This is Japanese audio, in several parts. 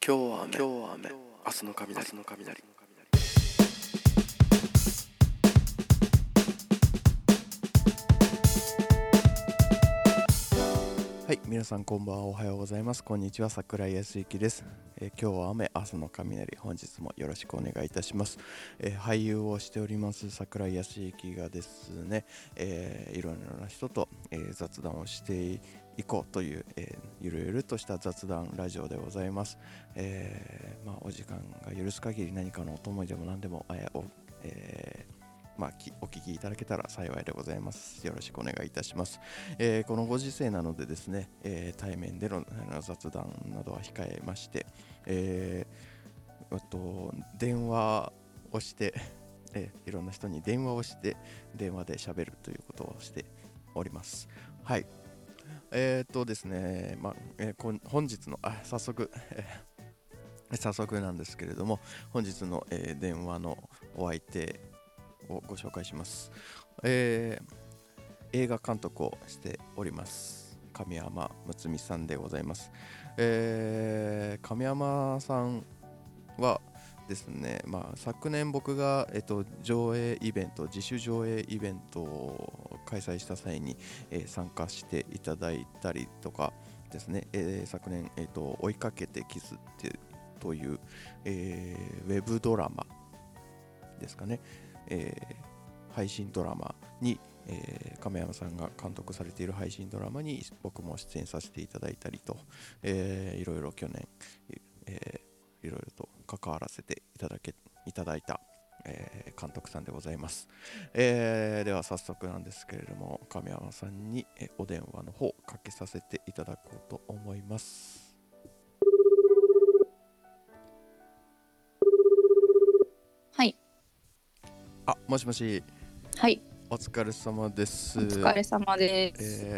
今日は雨、明日の雷。 はい、皆さんこんばんは、おはようございます。こんにちは、桜井康之です。今日は雨、明日の雷。本日もよろしくお願いいたします。俳優をしております桜井康之がですね、いろいろな人と、雑談をしていこうという、ゆるゆるとした雑談ラジオでございます。お時間が許す限り何かのお供でも何でもお聞きいただけたら幸いでございます。よろしくお願いいたします。このご時世なのでですね、対面での雑談などは控えまして、電話をして、いろんな人に電話をして電話で喋るということをしております。はい。ですね、本日の早速なんですけれども、本日の、電話のお相手をご紹介します。映画監督をしております神山睦美さんでございます。神山さんはですね、昨年僕が、自主上映イベントを開催した際に、参加していただいたりとかですね、昨年、追いかけてキスという、ウェブドラマですかね、配信ドラマに、亀山さんが監督されている配信ドラマに僕も出演させていただいたりと、いろいろ去年、いろいろと関わらせていただいた、監督さんでございます。では早速なんですけれども、亀山さんに、お電話の方かけさせていただこうと思います。 はい。 もしもし。 はい。 お疲れ様です。 お疲れ様です。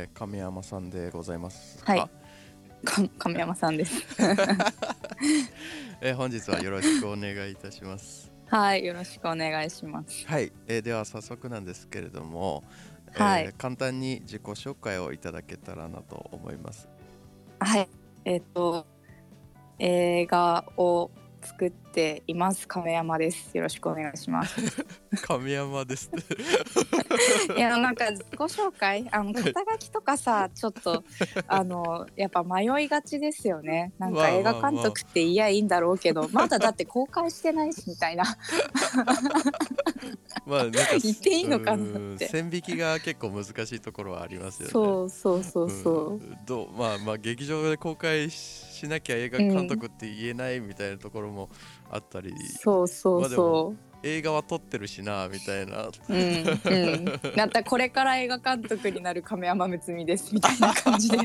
亀山さんでございますか？ はい。亀山さんです。 本日はよろしくお願いいたします。 はい、よろしくお願いします。 はい。では早速なんですけれども、 はい。 簡単に自己紹介をいただけたらなと思います。 はい。映画を作っています亀山です。よろしくお願いします。 亀山です。 いや、なんか自己紹介、肩書きとかさ、ちょっとやっぱ迷いがちですよね。なんか映画監督っていやいいんだろうけど、まだだって公開してないしみたいな。 なんか言っていいのかなって。 線引きが結構難しいところはありますよね。 そう。 劇場で公開しなきゃ映画監督って言えないみたいなところもあったり、 そう映画は撮ってるしなみたいな、 だったらこれから映画監督になる亀山睦美ですみたいな感じで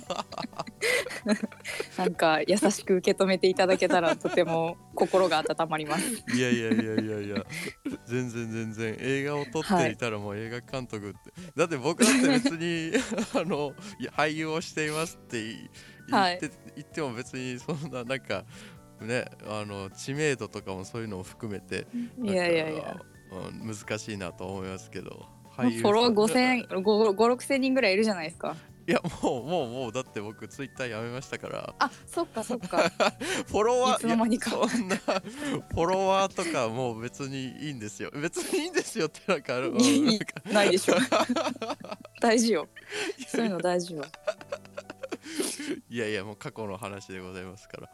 なんか優しく受け止めていただけたらとても心が温まります。 いや全然映画を撮っていたらもう映画監督って、だって僕だって別に俳優をしていますって言っても別にそんななんかね、知名度とかもそういうのを含めて難しいなと思いますけど、 フォロワー5,000-6,000人ぐらいいるじゃないですか。 いやもうだって僕ツイッターやめましたから。 そっかフォロワーいつの間にかそんなフォロワーとかもう別にいいんですよってなんかないでしょ大事よ、そういうの大事よ。 いやもう過去の話でございますから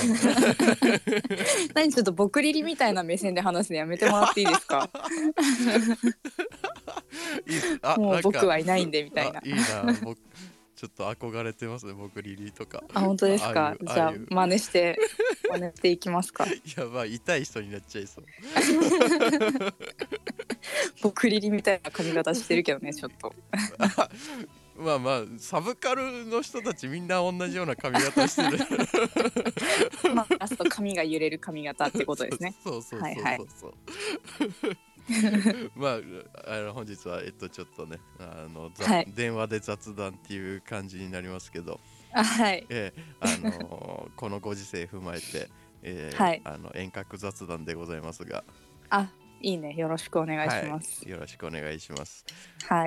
何ちょっと僕リリみたいな目線で話すのやめてもらっていいですかもう僕はいないんでみたいな。 いいな、僕ちょっと憧れてますね、僕リリーとか。 本当ですか？じゃあ真似していきますか。 いや痛い人になっちゃいそう僕リリみたいな髪型してるけどね、ちょっとサブカルの人たちみんな同じような髪型してるラスト髪が揺れる髪型ってことですね。 そう本日はちょっとね電話で雑談っていう感じになりますけど、このご時世踏まえて、遠隔雑談でございますが、 いいね、よろしくお願いします。 よろしくお願いします。 はい。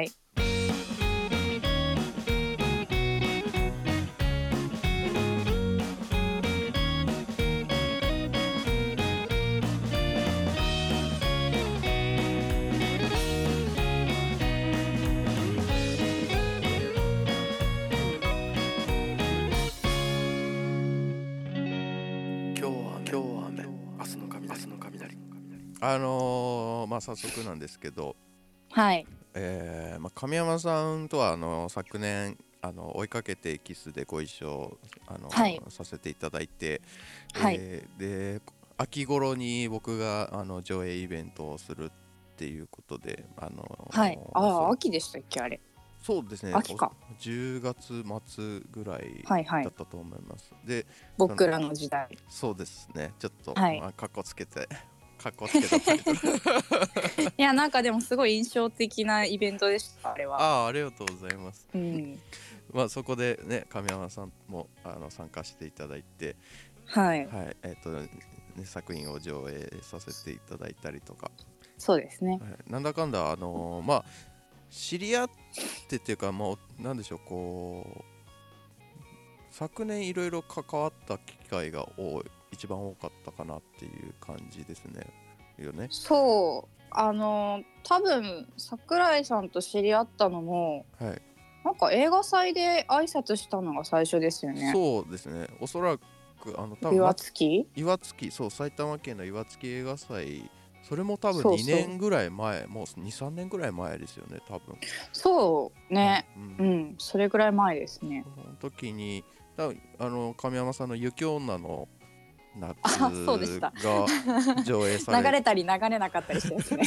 まあ早速なんですけど、 はい。 まあ、神山さんとは昨年追いかけてキスでご一緒はい。 させていただいて、 はい。 で秋頃に僕が上映イベントをするっていうことではい。ああ、秋でしたっけあれ。 そうですね、 秋か。 10月末ぐらいはいはい。 だったと思います。で、 僕らの時代。 そうですね、ちょっと、 はい。 かっこつけて、かっこつけたタイトル。 いや、なんかでもすごい印象的なイベントでした、あれは。 ありがとうございます。 うん。 まあ、そこでね、神山さんも参加していただいて、 はい。 はい、ね、作品を上映させていただいたりとか、 そうですね。 はい、なんだかんだ、まあ、知り合ってっていうか、もう、なんでしょう、こう、昨年いろいろ関わった機会が一番多かったかなっていう感じですね。よね。 そう。多分、桜井さんと知り合ったのも、 はい。 なんか映画祭で挨拶したのが最初ですよね。 そうですね。おそらく多分岩槻。 岩槻、そう、埼玉県の岩槻映画祭、それも多分2 そうそう。 年ぐらい前、もう2、3年ぐらい前ですよね、多分。 そうね。 うん。 うん、それぐらい前ですね。 その時に、多分神山さんの雪女のあ、そうで夏した。 が上映され、 流れたり流れなかったりしてですね。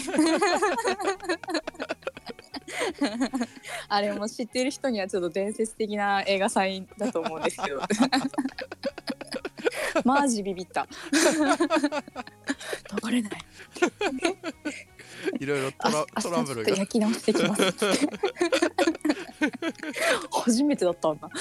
あれも知っている人にはちょっと伝説的な映画祭だと思うんですけど。マジビビった。流れない。 いろいろトラブルが明日ちょっと焼き直してきます。初めてだったんだ。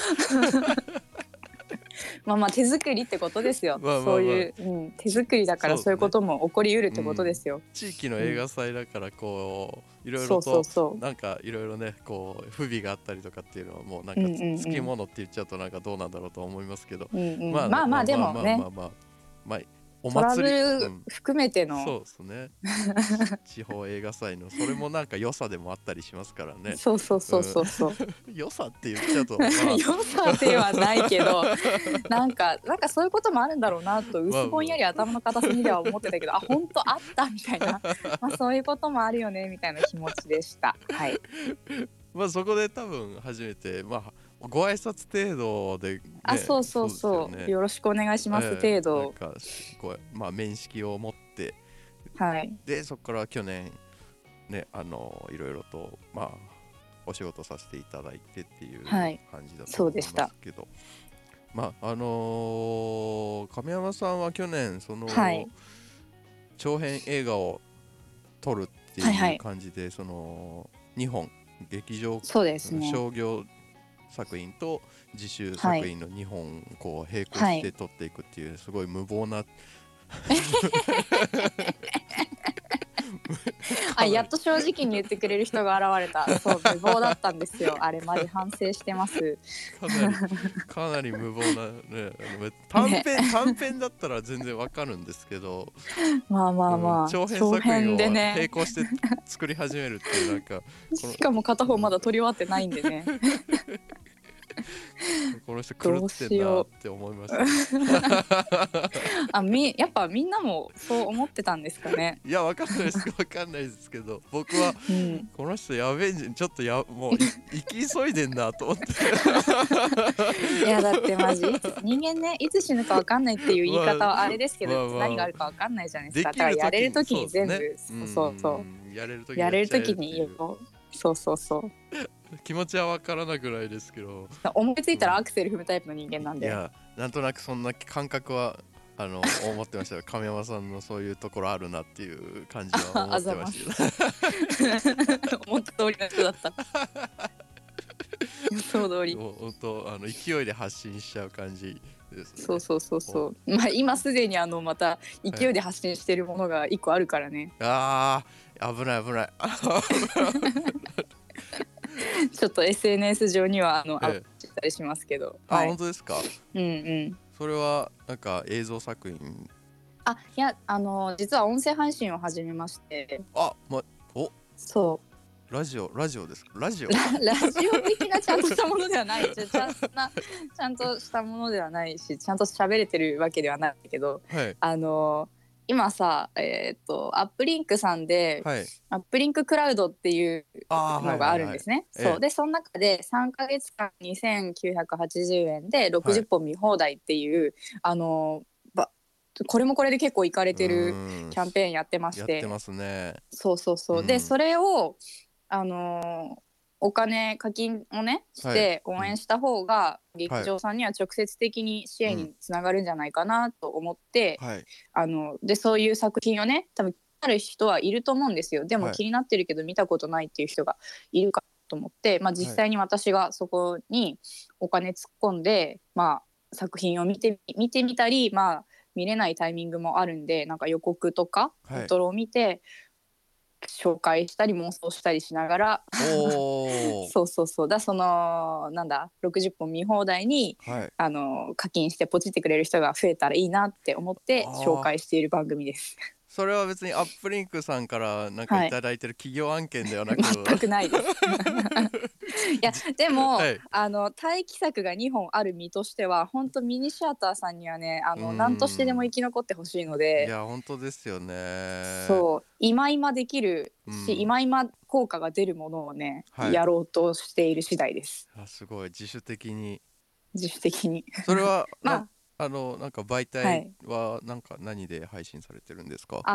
まあまあ手作りってことですよ。 まあまあまあ、 そういう、手作りだからそういうことも起こりうるってことですよ。 地域の映画祭だからこういろいろそうそうとそう。 なんかいろいろねこう不備があったりとかっていうのはもうなんかつきものって言っちゃうとなんかどうなんだろうと思いますけど、まあまあまあでもね、 まあおトラブ祭り、 ル含めての、 そうですね。地方映画祭のそれもなんか良さでもあったりしますからね。 そうそうそうそうそう。 良さって言っちゃうとまあ良さではないけど、なんかそういうこともあるんだろうなと薄ぼんやり頭の片隅では思ってたけど、あ、本当あったみたいな、まあそういうこともあるよねみたいな気持ちでした。はい。 まあそこで多分初めてまあご挨拶程度でね、 あ、そうそうそう、よろしくお願いします程度。 なんかまあ面識を持って、 はい。 でそこから去年ねいろいろとまあお仕事させていただいてっていう感じだと思いますけど、まあ亀山さんは去年その、長編映画を撮るっていう感じで、その2本劇場、商業作品と自主作品の2本こう並行して撮っていくっていうすごい無謀なあ、やっと正直に言ってくれる人が現れた。そう、無謀だったんですよ。あれマジ反省してます。 かなり無謀なね、短編だったら全然わかるんですけど、 まあまあまあ、 長編作品を並行して作り始めるっていうなんかしかも片方まだ撮り終わってないんでね。 この人狂ってんなって思いました、ね。 やっぱみんなもそう思ってたんですかね。 いやわかんないですけど僕は、この人やべえちょっともう生き急いでんなと思って。 いやだってマジ人間ね、いつ死ぬかわかんないっていう言い方はあれですけど、何があるかわかんないじゃないですか。だからやれる時に全部、そうやれる時に言おう。そう気持ちは分からなくないですけど、 思いついたらアクセル踏むタイプの人間なんで、 いやなんとなくそんな感覚は思ってましたよ。亀山さんのそういうところあるなっていう感じは思ってましたけど思った通りの人だった予想通り本当勢いで発信しちゃう感じですね。 そうまあ今すでにまた勢いで発信してるものが一個あるからね。 あー危ないちょっと SNS 上にはアップしたりしますけど、 本当ですか。 うんそれはなんか映像作品。 いや実は音声配信を始めまして。そうラジオですか。ラジオ的なちゃんとしたものではないちゃんとしたものではないし、ちゃんと喋れてるわけではないけど、 今さアップリンクさんで、 はい。 アップリンククラウドっていうのがあるんですね。そうでその中で3ヶ月間2980円で60本見放題っていう、これもこれで結構いかれてるキャンペーンやってまして、 やってますね。 そうそうそう、でそれをお金課金をねして応援した方が劇場さんには直接的に支援につながるんじゃないかなと思って、でそういう作品をね多分ある人はいると思うんですよ。でも気になってるけど見たことないっていう人がいるかと思って、実際に私がそこにお金突っ込んで、作品を見てみたり、見れないタイミングもあるんで、なんか予告とかイントロを見て、紹介したり妄想したりしながらそうそうそうだ、そのなんだ60本見放題に、課金してポチってくれる人が増えたらいいなって思って紹介している番組です。 それは別にアップリンクさんからなんかいただいてる企業案件ではなく、 全くないですいやでも、待機作が2本ある身としては本当ミニシアターさんにはね何としてでも生き残ってほしいので、 いや本当ですよね。 そう今できるし、今効果が出るものをね、やろうとしている次第です。 すごい自主的にそれはなんか媒体はなんか何で配信されてるんですか？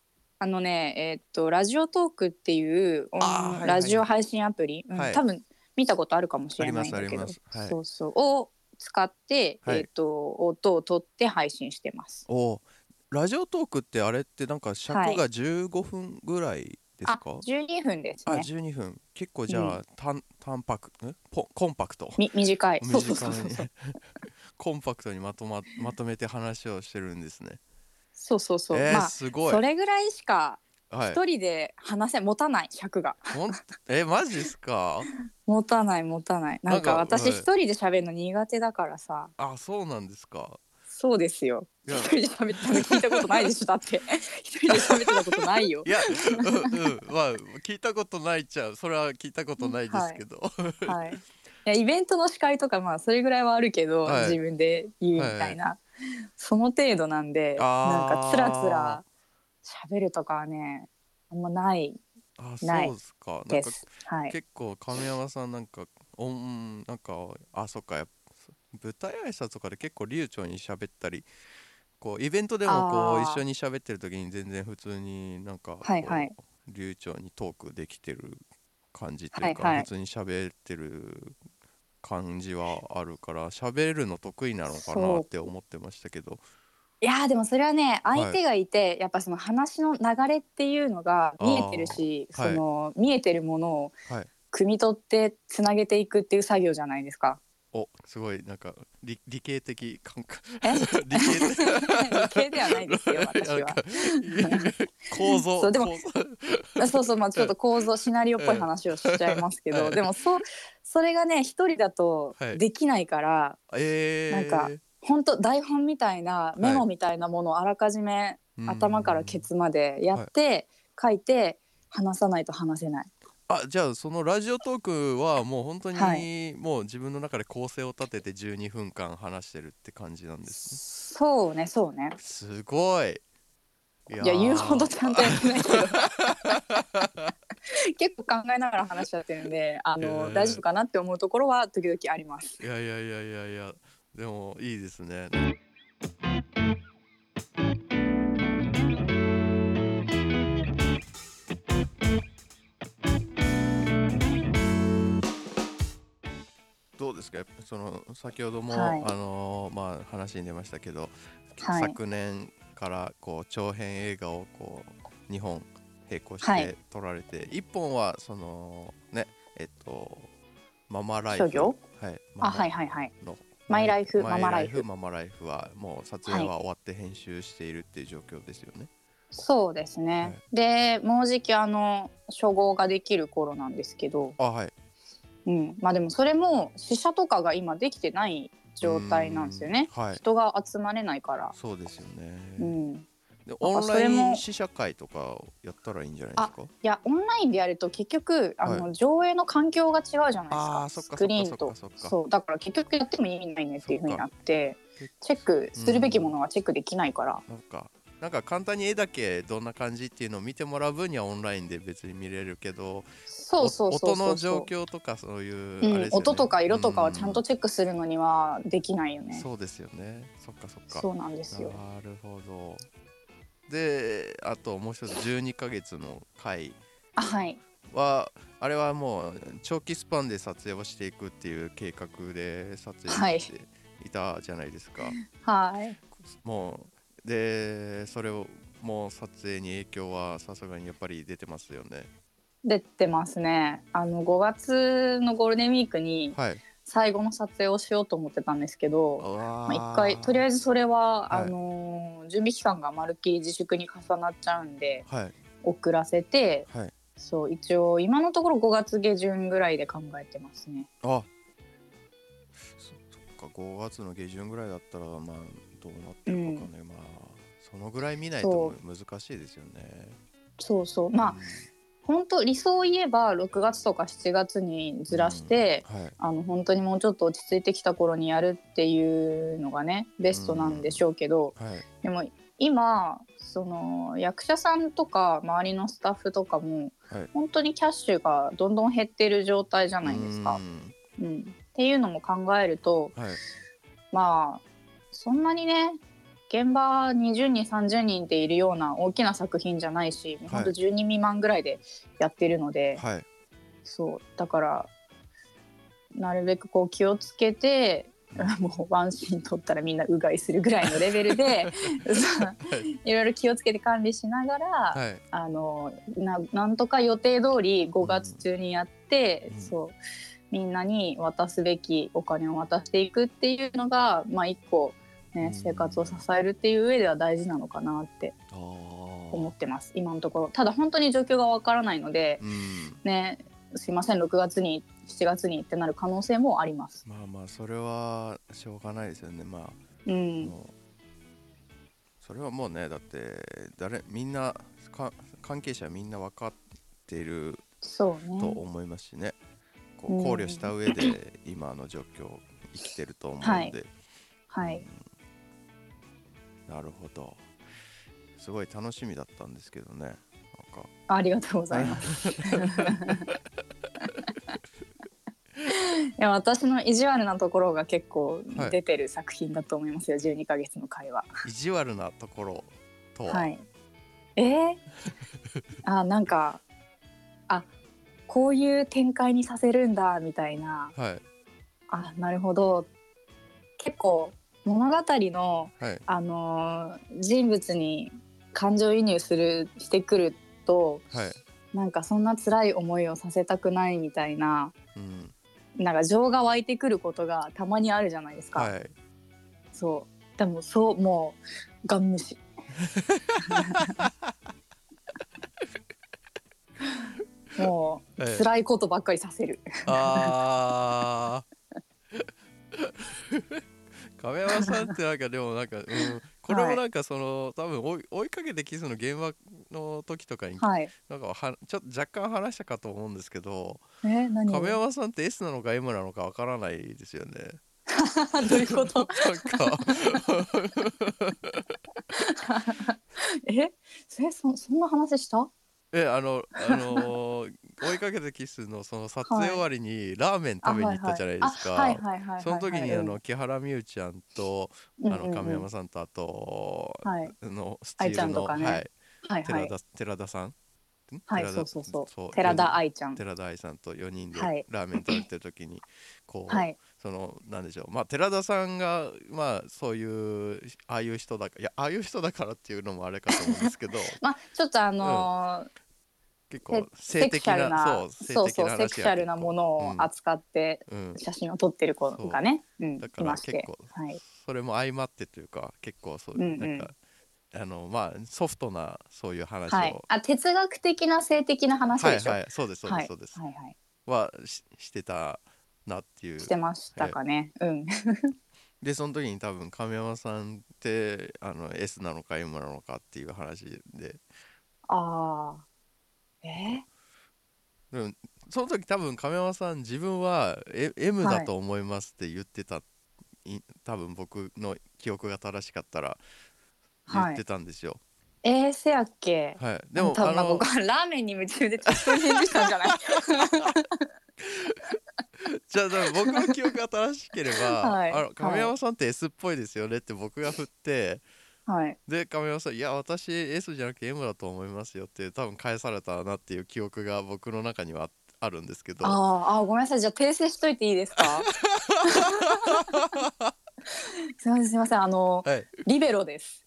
ラジオトークっていうラジオ配信アプリ、多分見たことあるかもしれないんだけど、そうそうを使って、音を取って配信してます。 ラジオトークってあれってなんか尺が15分ぐらいですか ？12分ですね。 12分結構じゃあ、コンパクト短いコンパクトにまとめて話をしてるんですね。 そうすごい。それぐらいしか一人で持たない尺がマジですか？ 持たないなんか私一人で喋るの苦手だからさ。 そうなんですか？ そうですよ。一人で喋ったの聞いたことないでしょ。だって一人で喋ってたことないよ。 いや聞いたことないっちゃそれは聞いたことないですけど、 いやイベントの司会とかそれぐらいはあるけど、自分で言うみたいな、その程度なんで、なんかつらつら喋るとかはねあんまないそうですか。 です。 結構亀山さんなんかそっか、舞台挨拶とかで結構流暢に喋ったり、こうイベントでもこう一緒に喋ってる時に全然普通になんか流暢にトークできてる感じっていうか、普通に喋ってる感じはあるから喋るの得意なのかなって思ってましたけど。 いやでもそれはね相手がいて、やっぱその話の流れっていうのが見えてるし、その見えてるものを汲み取ってつなげていくっていう作業じゃないですか。 すごいなんか理系的感覚理系ではないですよ私は構造そうでもそうちょっと構造シナリオっぽい話をしちゃいますけど、でもそれがね一人だとできないから、なんか本当台本みたいなメモみたいなものをあらかじめ頭からケツまでやって書いて話さないと話せない。 じゃあそのラジオトークはもう本当にもう自分の中で構成を立てて12分間話してるって感じなんですね。そうね。 すごい。 いや言うほどちゃんとやってないけど結構考えながら話しちゃってるんで大丈夫かなって思うところは時々あります。 いやでもいいですね。どうですか？その先ほども、話に出ましたけど、昨年からこう長編映画をこう2本並行して撮られて、1本はそのねママライフのマイライフママライフはもう撮影は終わって編集しているっていう状況ですよね。 そうですね、でもうじき初号ができる頃なんですけど、でもそれも試写とかが今できてない状態なんですよね、人が集まれないから。 そうですよね、でオンライン試写会とかやったらいいんじゃないですか？ いやオンラインでやると結局上映の環境が違うじゃないですか、スクリーンと。そうだから結局やっても意味ないねっていう風になって、チェックするべきものはチェックできないから。 なんか簡単に絵だけどんな感じっていうのを見てもらう分にはオンラインで別に見れるけど、 そうそうそう音の状そうそう。 況とかそういううん、 あれですよね。 音とか色とかはちゃんとチェックするのにはできないよね。 そうですよね。そっかそっか。 そうなんですよ。 なるほど。で、あともう一つ12ヶ月の回あ、はい。 は、あれはもう長期スパンで撮影をしていくっていう計画で撮はい影していたじゃないですか。 はい。 もうでそれをもう撮影に影響はさすがにやっぱり出てますよね。 出てますね。5月のゴールデンウィークにはい。 最後の撮影をしようと思ってたんですけど、一回とりあええずそれは、 はい準備期間がまるっきり自粛に重なっちゃうんではい遅らせて、 はい。 そう一応今のところ5月下旬ぐらいで考えてますね。 あ、そっか、5月の下旬ぐらいだったらまあどうなってるかわかんない、まあそのぐらい見ないと難しいですよね。 そうそう、まあ本当理想を言えば6月とか7月にずらして、 はい、 本当にもうちょっと落ち着いてきた頃にやるっていうのがねベストなんでしょうけど、 はい、 でも今その役者さんとか周りのスタッフとかも、 はい、 本当にキャッシュがどんどん減ってる状態じゃないですか。っていうのも考えると、 はい、 まあそんなにね現場20人30人っているような大きな作品じゃないし、ほんと10人未満ぐらいでやってるので、 はい、 そうだからなるべくこう気をつけて、もうワンシーン撮ったらみんなうがいするぐらいのレベルでいろいろ気をつけて管理しながら、 はい、 なんとか予定通り5月中にやって、そうみんなに渡すべきお金を渡していくっていうのが、まあ一個ね、生活を支えるっていう上では大事なのかなって思ってます今のところ。ただ本当に状況がわからないので、ね、すいません6月に7月にってなる可能性もあります。 まあまあそれはしょうがないですよね。まあ、もうそれはもうね、だってみんな関係者みんな分かっていると思いますしね。こう考慮した上で今の状況生きてると思うので、 はい、 なるほど。すごい楽しみだったんですけどね。なんかありがとうございます。いや私の意地悪なところが結構出てる作品だと思いますよ、12ヶ月の会話。 意地悪なところとは、 はい、なんかこういう展開にさせるんだみたいな、なるほど。結構物語の、人物に感情移入してくると、なんかそんな辛い思いをさせたくないみたいな、なんか情が湧いてくることがたまにあるじゃないですか。そうでももうガン無視もう辛いことばっかりさせる。 亀山さんってなんかでもなんか、これもなんかその多分追いかけてキスの現場の時とかに、なんかちょっと若干話したかと思うんですけど、亀山さんって S なのか M なのかわからないですよね。 どういうこと？なんかそんな話した？ 追いかけてキスのその撮影終わりにラーメン食べに行ったじゃないですか。その時に木原美羽ちゃんと亀山さんとあとスチールの寺田さん、 寺田愛ちゃん、 寺田愛さんと4人でラーメン食べてる時にこう、なんでしょう、まあ寺田さんがまあそういうああいう人だからっていうのもあれかと思うんですけどまあちょっと結構性的なセクシャルなものを扱って写真を撮ってる子がね、 だから結構それも相まってというか、結構そうなんかまあソフトなそういう話を、 哲学的な性的な話でしょ。 そうですはしてたなっていう。 してましたかね。 でその時に多分亀山さんってS なのか M なのかっていう話で、でもその時多分亀山さん自分は M だと思いますって言ってた、多分僕の記憶が正しかったら言ってたんですよ。 せやっけ。 はい。でも多分なんか僕はラーメンに夢中で適当に返事したんじゃないじゃあ僕の記憶が正しければ、 はい亀山さんって S っぽいですよねって僕が振って、 はい。 で亀山さんいや私 S じゃなくて M だと思いますよって多分返されたなっていう記憶が僕の中にはあるんですけど。 ごめんなさい。じゃあ訂正しといていいですかすいませんすいませんはい、 リベロです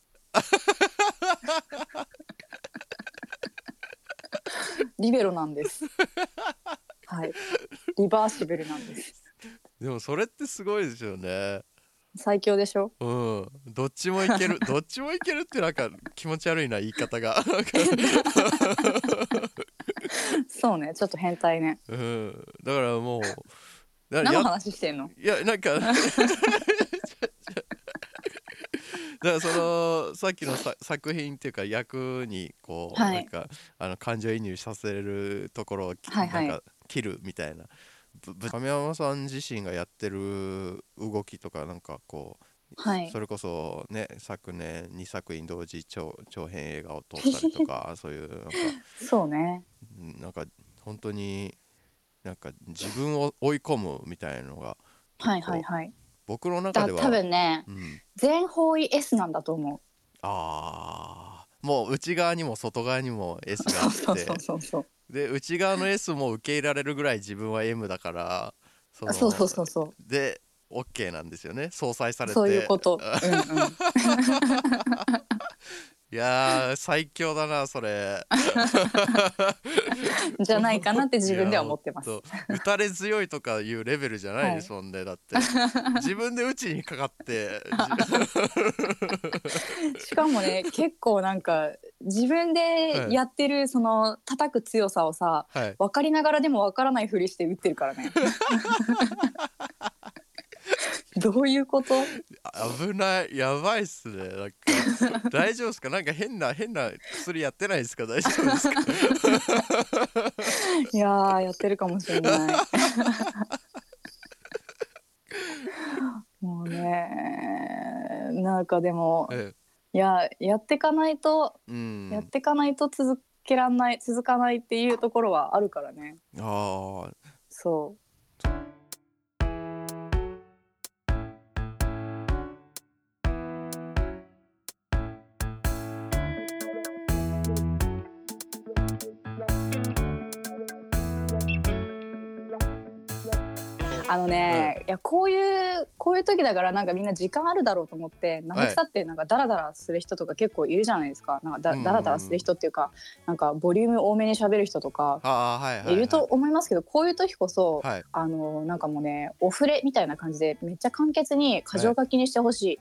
リベロなんですはい、リバーシブルなんです。 でもそれってすごいですよね。 最強でしょ。 うん、どっちもいけるどっちもいけるってなんか気持ち悪いな言い方がそうね、ちょっと変態ね。 うん、だからもう何の話してんの。 いやなんかだからそのさっきの作品っていうか役にこう、 はい、 なんか感情移入させるところを、 はいはい、 なんか切るみたいな亀山さん自身がやってる動きとかなんかこう、 はい、 それこそね昨年2作品同時長編映画を撮ったりとかそういうなんかそうね、 なんか本当になんか自分を追い込むみたいなのがはいはいはい。 僕の中では多分ね、 うん、 全方位 S なんだと思う。 もう内側にも外側にも S があってで内側の S も受け入れられるぐらい自分は M だからそうで OK なんですよね相殺されて。 そういうこと、 いやー最強だなそれじゃないかなって自分では思ってます。 打たれ強いとかいうレベルじゃないですもんね、はい、だって自分で打ちにかかってしかもね結構なんか自分でやってるその叩く強さをさ、はい、分かりながらでも分からないふりして打ってるからねどういうこと。 危ない、やばいっすね。なんか大丈夫ですか。なんか変な薬やってないですか。大丈夫ですかいやーやってるかもしれないもうねなんかでも、やってかないと、やってかないと続かないっていうところはあるからね。そういやこういう時だからなんかみんな時間あるだろうと思って長草ってなんかダラダラする人とか結構いるじゃないですか。なんかダラダラする人っていうかなんかボリューム多めに喋る人とかいると思いますけど、こういう時こそ、なんかもうねお触れみたいな感じでめっちゃ簡潔に箇条書きにしてほしい、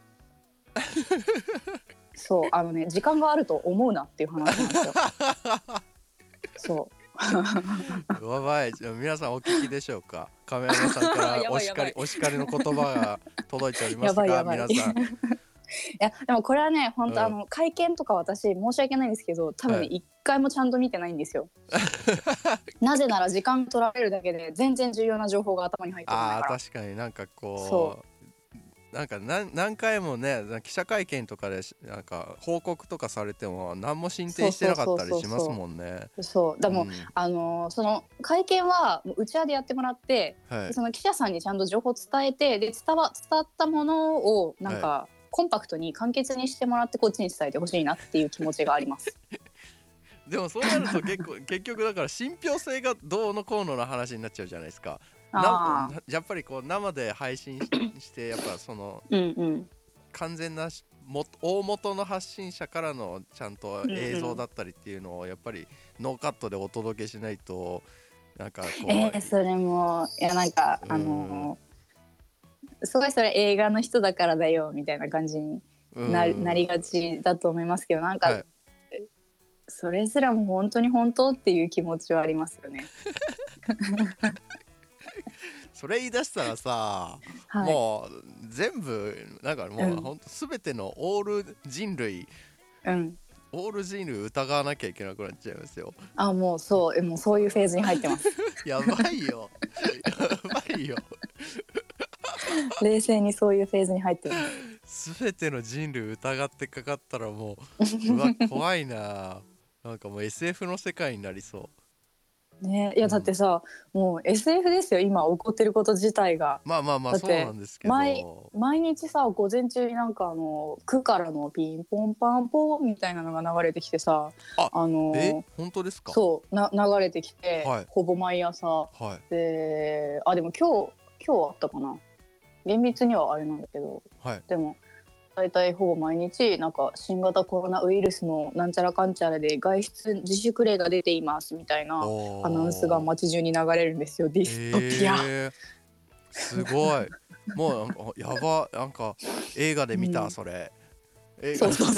そう時間があると思うなっていう話なんですよそうやばい。皆さんお聞きでしょうか。亀山さんからお叱りの言葉が届いておりますか。皆さんいやでもこれはね本当、会見とか私申し訳ないんですけど多分ね、一回もちゃんと見てないんですよなぜなら時間取られるだけで全然重要な情報が頭に入ってこないから。 確かになんかこうなんか何回もね記者会見とかでなんか報告とかされても何も進展してなかったりしますもんね。 そうでも、その会見はうちわでやってもらって、その記者さんにちゃんと情報伝えてで伝わったものをなんか、コンパクトに簡潔にしてもらってこっちに伝えてほしいなっていう気持ちがありますでもそうなると結局だから信憑性がどうのこうのな話になっちゃうじゃないですか。やっぱりこう生で配信してやっぱその完全な大元の発信者からのちゃんと映像だったりっていうのをやっぱりノーカットでお届けしないとなんかこうそれもいやなんかすごいそれ映画の人だからだよみたいな感じになりがちだと思いますけどなんか、それすらも本当に本当っていう気持ちはありますよねそれ言い出したらさ、もう全部なんかもう本当全てのオール人類、オール人類疑わなきゃいけなくなっちゃいますよ。 もうそういうフェーズに入ってますやばいよ冷静にそういうフェーズに入ってま全ての人類疑ってかかったらもううわ怖いな。なんかもう SF の世界になりそね、いやだってさ、もう SF ですよ今起こってること自体が。 う。まあまあまあだってそうなんですけど、 毎日さ午前中になんか区からのピンポンパンポンみたいなのが流れてきてさ、 本当ですか？ そう流れてきて、 はいほぼ毎朝はいで、でも今日あったかな、厳密にはあれなんだけど、 はいでも大体ほぼ毎日なんか新型コロナウイルスのなんちゃらかんちゃらで外出自粛令が出ていますみたいなアナウンスが街中に流れるんですよ。ディストピア、 すごい。もうなんかやば、なんか映画で見た、それ映画そう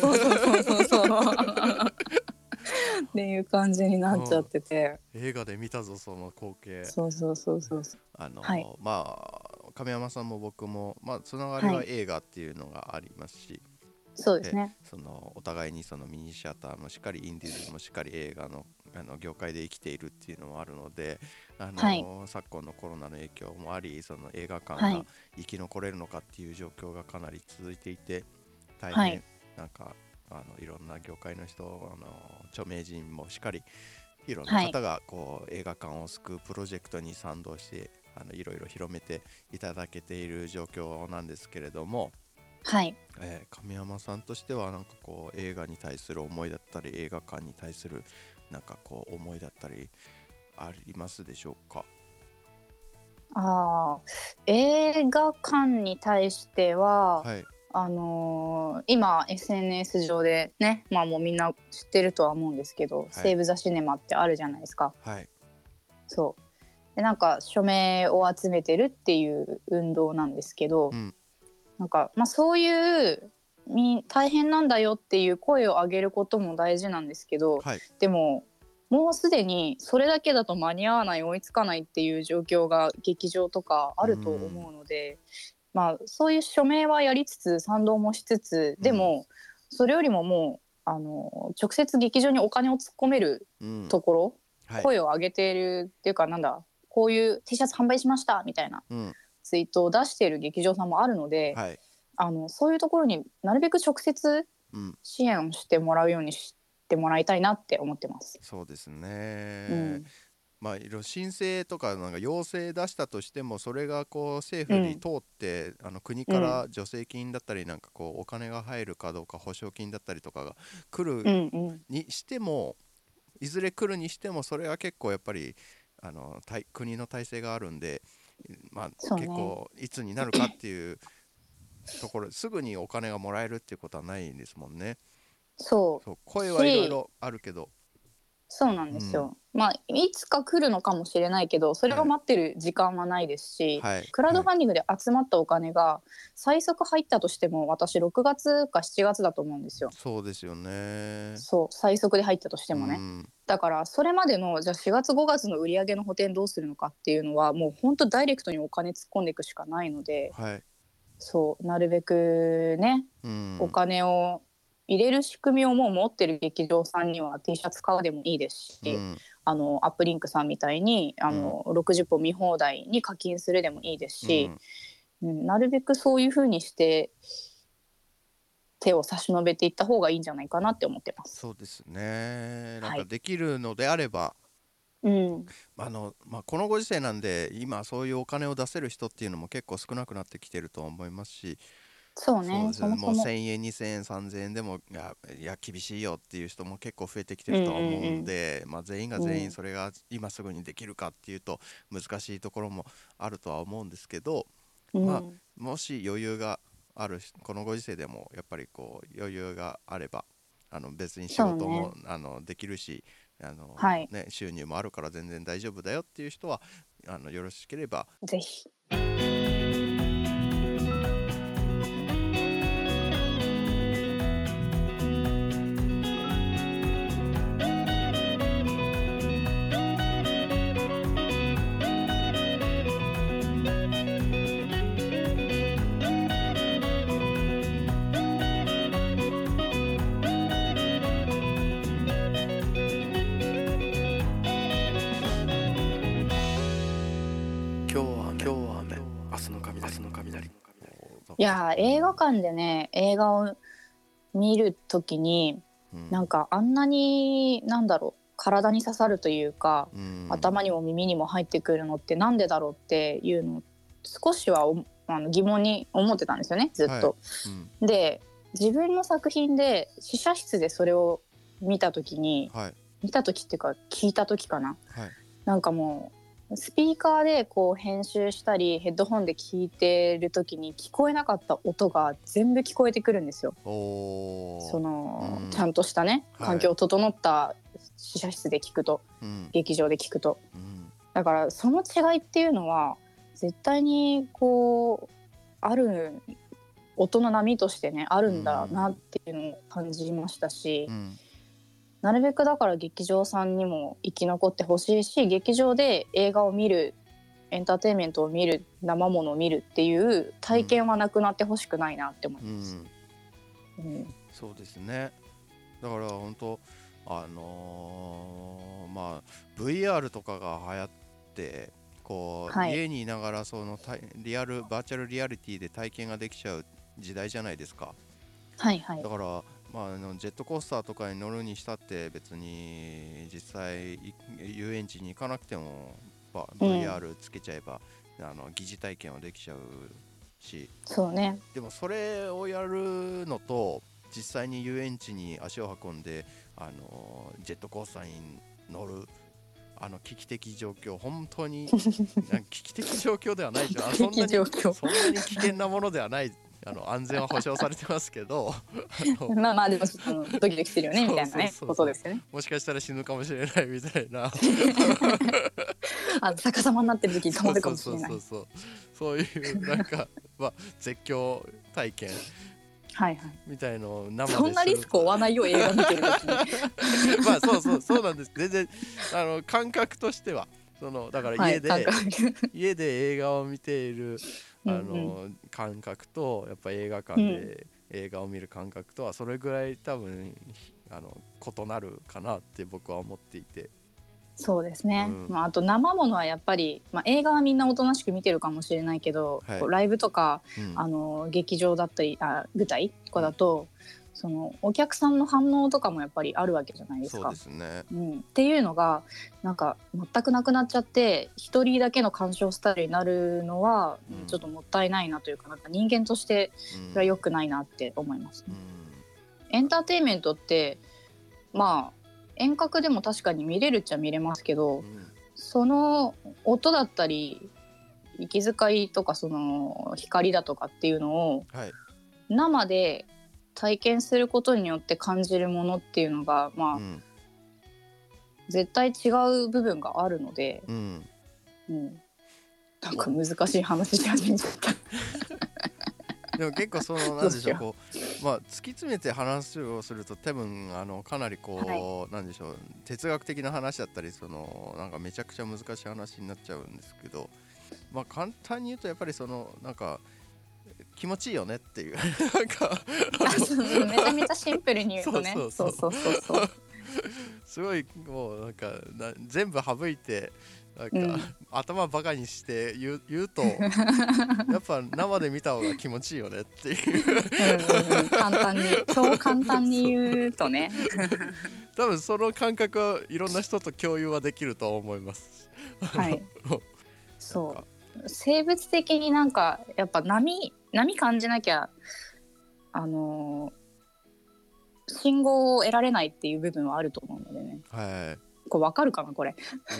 っていう感じになっちゃってて、 映画で見たぞその光景。 そうはい、 まあ亀山さんも僕もまあつながりは映画っていうのがありますし、 そうですね。 そのお互いにそのミニシアターもしっかりインディーズもしっかり映画の業界で生きているっていうのもあるので、昨今のコロナの影響もあり、その映画館が生き残れるのかっていう状況がかなり続いていて大変、なんかいろんな業界の人、著名人もしっかりいろんな方がこう映画館を救うプロジェクトに賛同していろいろ広めていただけている状況なんですけれども、亀山さんとしてはなんかこう映画に対する思いだったり映画館に対するなんかこう思いだったりありますでしょうか？ 映画館に対しては、 はい、 今 SNS 上でね、まあもうみんな知ってるとは思うんですけど、セーブ・ザ・シネマってあるじゃないですか。 はい、 そうでなんか署名を集めてるっていう運動なんですけど、なんか、まあ、そういう大変なんだよっていう声を上げることも大事なんですけど、でももうすでにそれだけだと間に合わない、追いつかないっていう状況が劇場とかあると思うので、まあ、そういう署名はやりつつ賛同もしつつ、でもそれよりももう直接劇場にお金を突っ込めるところ、声を上げているっていうか、なんだこういう T シャツ販売しましたみたいなツイートを出している劇場さんもあるので、そういうところになるべく直接支援をしてもらうようにしてもらいたいなって思ってます。 そうですね、まあ、いろいろ申請とかなんか要請出したとしてもそれがこう政府に通って、国から助成金だったりなんかこうお金が入るかどうか保証金だったりとかが来るにしても、いずれ来るにしてもそれは結構やっぱり国の体制があるんで、まあ、結構いつになるかっていうところすぐにお金がもらえるっていうことはないんですもんね。そう声はいろいろあるけど、 そうなんですよ、まあいつか来るのかもしれないけどそれを待ってる時間はないですし、クラウドファンディングで集まったお金が最速入ったとしても私6月か7月だと思うんですよ。 そうですよね。 そう最速で入ったとしてもね、だからそれまでのじゃあ4月5月の売り上げの補填どうするのかっていうのはもう本当ダイレクトにお金突っ込んでいくしかないので、そうなるべくね、お金を入れる仕組みをもう持ってる劇場さんには T シャツ買うでもいいですし、アップリンクさんみたいに60本見放題に課金するでもいいですし、なるべくそういう風にして手を差し伸べていった方がいいんじゃないかなって思ってます。 そうですね、なんかできるのであれば、このご時世なんで今そういうお金を出せる人っていうのも結構少なくなってきてると思いますし、 そうね、 そもう1000円2000円3000円でもいや厳しいよっていう人も結構増えてきてるとは思うんで、全員が全員それが今すぐにできるかっていうと難しいところもあるとは思うんですけど、もし余裕があるこのご時世でもやっぱりこう余裕があれば別に仕事も、できるし収入もあるから全然大丈夫だよっていう人はよろしければぜひ。 今日は雨、明日の雷。 いや映画館でね映画を見るときに、なんかあんなに体に刺さるというか、頭にも耳にも入ってくるのってなんでだろうっていうのを少しは疑問に思ってたんですよねずっと、で自分の作品で試写室でそれを見た時っていうか聞いた時かな、なんかもうスピーカーでこう編集したりヘッドホンで聞いてる時に聞こえなかった音が全部聞こえてくるんですよ。ちゃんとしたね環境整った試写室で聞くと、劇場で聞くと、だからその違いっていうのは絶対にこうある音の波としてねあるんだなっていうのを感じましたし、なるべくだから劇場さんにも生き残ってほしいし、劇場で映画を見るエンターテインメントを見る生ものを見るっていう体験はなくなってほしくないなって思います、 そうですね。だから本当まあ VR とかが流行ってこう、家にいながらそのバーチャルリアリティで体験ができちゃう時代じゃないですか。だからジェットコースターとかに乗るにしたって別に実際遊園地に行かなくても、VR つけちゃえば疑似体験はできちゃうし、 そうね。 でもそれをやるのと実際に遊園地に足を運んでジェットコースターに乗る危機的状況、本当に危機的状況ではないじゃんそんなに危険なものではない安全は保障されてますけどまあでもドキドキするよねみたいなねことですよね。 もしかしたら死ぬかもしれないみたいな逆さまになってる時に止まるかもしれない。 そういうなんか、絶叫体験みたいのを生でそんなリスクを負わないよ映画見てる時にそうなんです。全然感覚としてはだから家で映画を見ている感覚とやっぱ映画館で映画を見る感覚とはそれぐらい多分異なるかなって僕は思っていて。 そうですね、あと生ものはやっぱり、映画はみんなおとなしく見てるかもしれないけど、ライブとか、劇場だったり舞台とかだと、そのお客さんの反応とかもやっぱりあるわけじゃないですか。 そうですね、 っていうのがなんか全くなくなっちゃって一人だけの鑑賞スタイルになるのはちょっともったいないなというか、なんか人間としてそれは良くないなって思います、エンターテインメントって遠隔でも確かに見れるっちゃ見れますけど、その音だったり息遣いとかその光だとかっていうのを生で体験することによって感じるものっていうのが絶対違う部分があるので、なんか難しい話し始めちゃったでも結構なんでしょう突き詰めて話をすると多分かなりなんでしょう哲学的な話だったりなんかめちゃくちゃ難しい話になっちゃうんですけど、簡単に言うとやっぱりなんか気持ちいいよねっていうなんかめちゃめちゃシンプルに言うとねそうすごいもうなんか全部省いてなんか、頭バカにして言うとやっぱ生で見た方が気持ちいいよねっていう超簡単に言うとね多分その感覚はいろんな人と共有はできると思いますそう生物的になんかやっぱ波感じなきゃ信号を得られないっていう部分はあると思うのでね。これ分かるかなこれ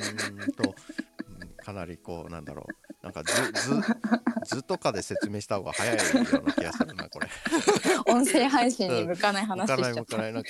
かなりなんだろうなんか図とかで説明した方が早いような気がするなこれ音声配信に向かない話しちゃった向かないなんか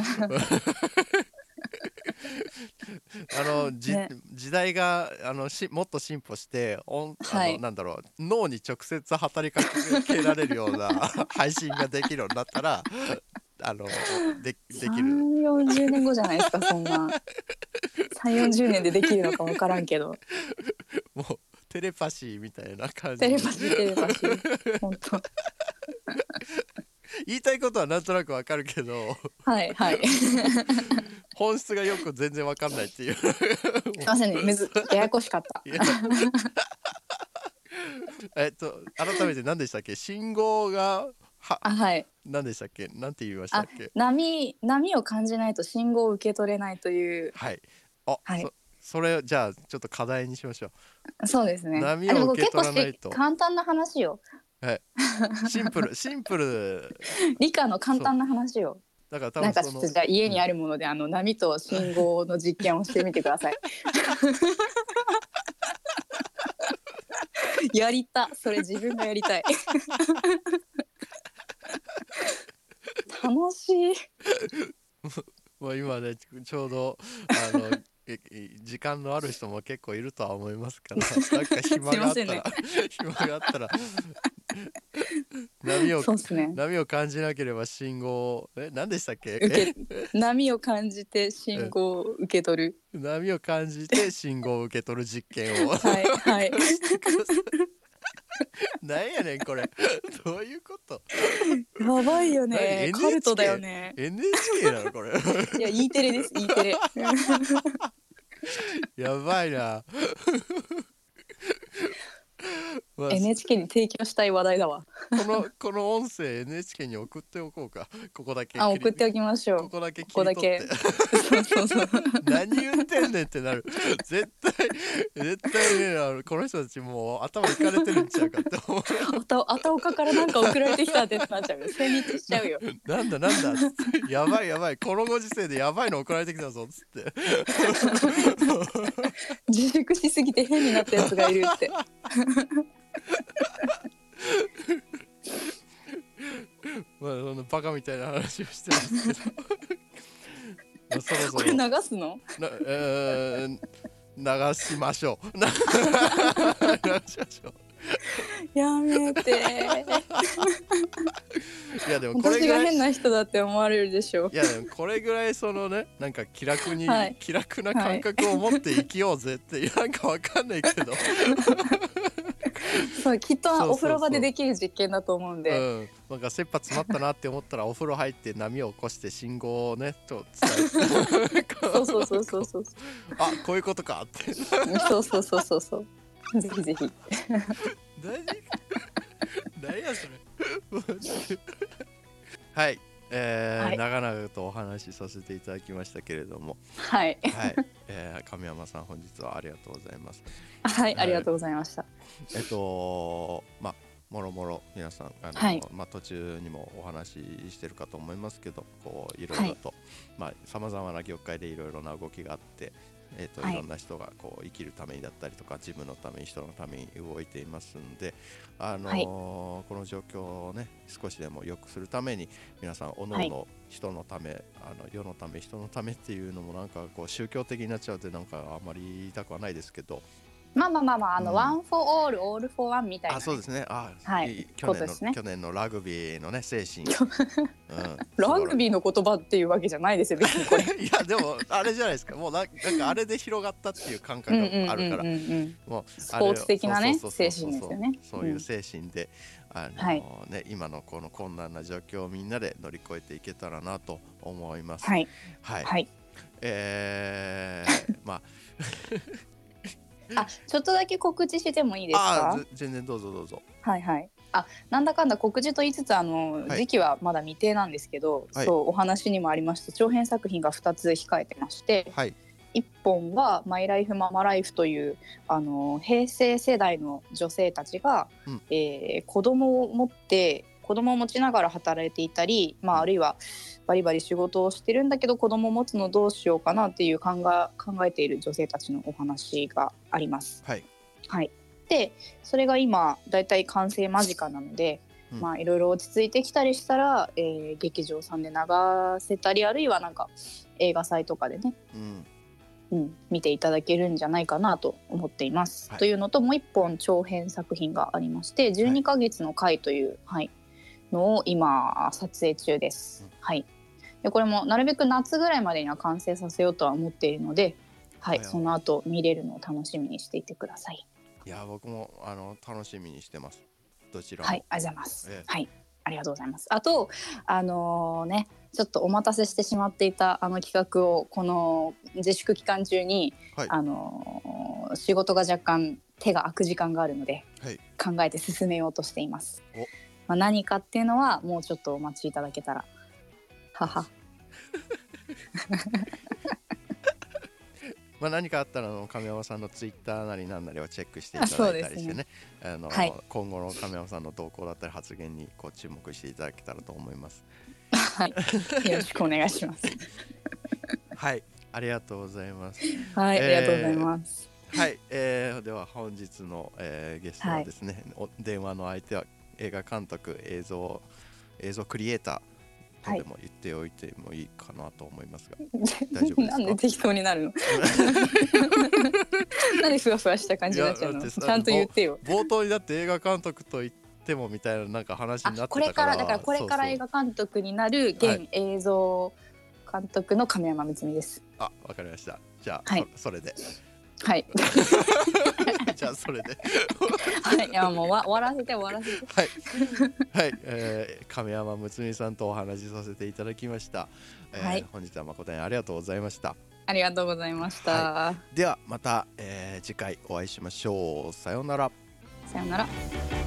時代がもっと進歩してなんだろう脳に直接働きかけられるような配信ができるようになったらできる。 30-40年後じゃないですかそんな30-40年でできるのか分からんけどもうテレパシーみたいな感じテレパシー本当言いたいことはなんとなく分かるけど本質がよく全然分かんないっていうすいませんねややこしかった改めて何でしたっけ？信号がはい。 何でしたっけ？何て言いましたっけ？ 波を感じないと信号を受け取れないという。 はい。 はい。 それじゃあちょっと課題にしましょそうですう。 ね。 波でもを受け取結構らないと。 簡単な話よ。 はい。シンプル。 理科の簡単な話よ。 だから多なんか分ちょっとじゃあ家にあるもので、波と信号の実験をしてみてください。やりた、それ自分がやりたい。楽しい。 もう今ねちょうど時間のある人も結構いるとは思いますから、なんか暇があったら、暇があったらそうっすね。 波を感じなければ信号を何でしたっけ？ 波を感じて信号を受け取る。 波を感じて信号を受け取る実験をはいはい。 してください。なんやねんこれ。どういうこと？ やばいよね。 何カルトだよね。 NHK なのこれ。 いや E テレです、E テレ。 やばいな。まあ、 NHK に提供したい話題だわ。 この音声 NHK に送っておこうか。ここだけ送っておきましょう。 ここだけ切り取ってそう何言ってんねんってなる。絶対ね、この人たちもう頭いかれてるんちゃうかって思う。 あたおかからなんか送られてきたってなっちゃうよ。戦慄しちゃうよ。 なんだっつってやばいこのご時世でやばいの送られてきたぞっつって自粛しすぎて変になったやつがいるって。 まあそのバカみたいな話をしてますけどまあそろそろこれ流すの？ 流しましょう。流しましょう。 やめて。 いやでもこれぐらい私が変な人だって思われるでしょう。 いやでもこれぐらいそのね、なんか気楽な感覚を持って生きようぜって、なんかわかんないけどそうきっとお風呂場でできる実験だと思うんで、 なんか切羽詰まったなって思ったらお風呂入って波を起こして信号をねと伝えてそうあ、こういうことかってそうぜひぜひ。 何やそれはい、長々とお話しさせていただきましたけれども、 はい神山さん本日はありがとうございます。 はい、ありがとうございました。 まあもろもろ皆さん途中にもお話ししてるかと思いますけど、こういろいろとさまざまな業界でいろいろな動きがあって、いろんな人がこう生きるためにだったりとか自分のために人のために動いていますんで、この状況をね少しでも良くするために皆さんおのおの人のため、世のため人のためっていうのもなんかこう宗教的になっちゃうってなんかあんまり言いたくはないですけど、 ワンフォーオール、オールフォーワンみたいな、ね。 そうですね。去年のラグビーのね精神。 ラグビーの言葉っていうわけじゃないですよ別にこれ。 いやでもあれじゃないですか。もうなんかあれで広がったっていう感覚があるから、もうスポーツ的なね精神ですよね。 そういう精神で今のこの困難な状況をみんなで乗り越えていけたらなと思います。はい。まあ。 ちょっとだけ告知してもいいですか？ 全然どうぞ。 はい。なんだかんだ告知と言いつつ時期はまだ未定なんですけど、そうお話にもありました長編作品が2つ控えてまして、1本はマイライフママライフという平成世代の女性たちが、子供を持ちながら働いていたり、あるいはバリバリ仕事をしてるんだけど子供を持つのどうしようかなっていう考えている女性たちのお話があります。でそれが今だいたい完成間近なので、いろいろ落ち着いてきたりしたら、劇場さんで流せたり、あるいはなんか映画祭とかでね、見ていただけるんじゃないかなと思っています。というのともう一本長編作品がありまして12ヶ月の回という、のを今撮影中です。でこれもなるべく夏ぐらいまでには完成させようとは思っているので、その後見れるのを楽しみにしていてください。 いや僕も楽しみにしてます。どちらも。 ありがとうございます。ありがとうございます。あとちょっとお待たせしてしまっていた企画をこの自粛期間中に、仕事が若干手が空く時間があるので、 はい、 考えて進めようとしています。 お、 まあ、何かっていうのはもうちょっとお待ちいただけたら。はは。 まあ何かあったら亀山さんのツイッターなりなんなりをチェックしていただいたりしてね、はい、今後の亀山さんの動向だったり発言にこう注目していただけたらと思います。 はい、よろしくお願いします。 はい、ありがとうございます。 はい、ありがとうございます。 はい、では本日の、ゲストはですね、はい、電話の相手は映画監督、映像クリエイターとでも言っておいてもいいかなと思いますが、大丈夫ですか？ なんで適当になるの？なんでふわふわした感じになっちゃうの？ちゃんと言ってよ。 冒頭にだって映画監督と言ってもみたいななんか話になってたから、 これからだからこれから映画監督になる現映像監督の亀山睦美です。 あ、わかりました。じゃあ、 はい、 それで。 はい。 じゃあそれで。 はい、いやもう終わらせて。はい、 はい、亀山睦美さんとお話しさせていただきました。はい、本日は誠にありがとうございました。 ありがとうございました。 はい、ではまた、次回お会いしましょう。さようなら。 さようなら。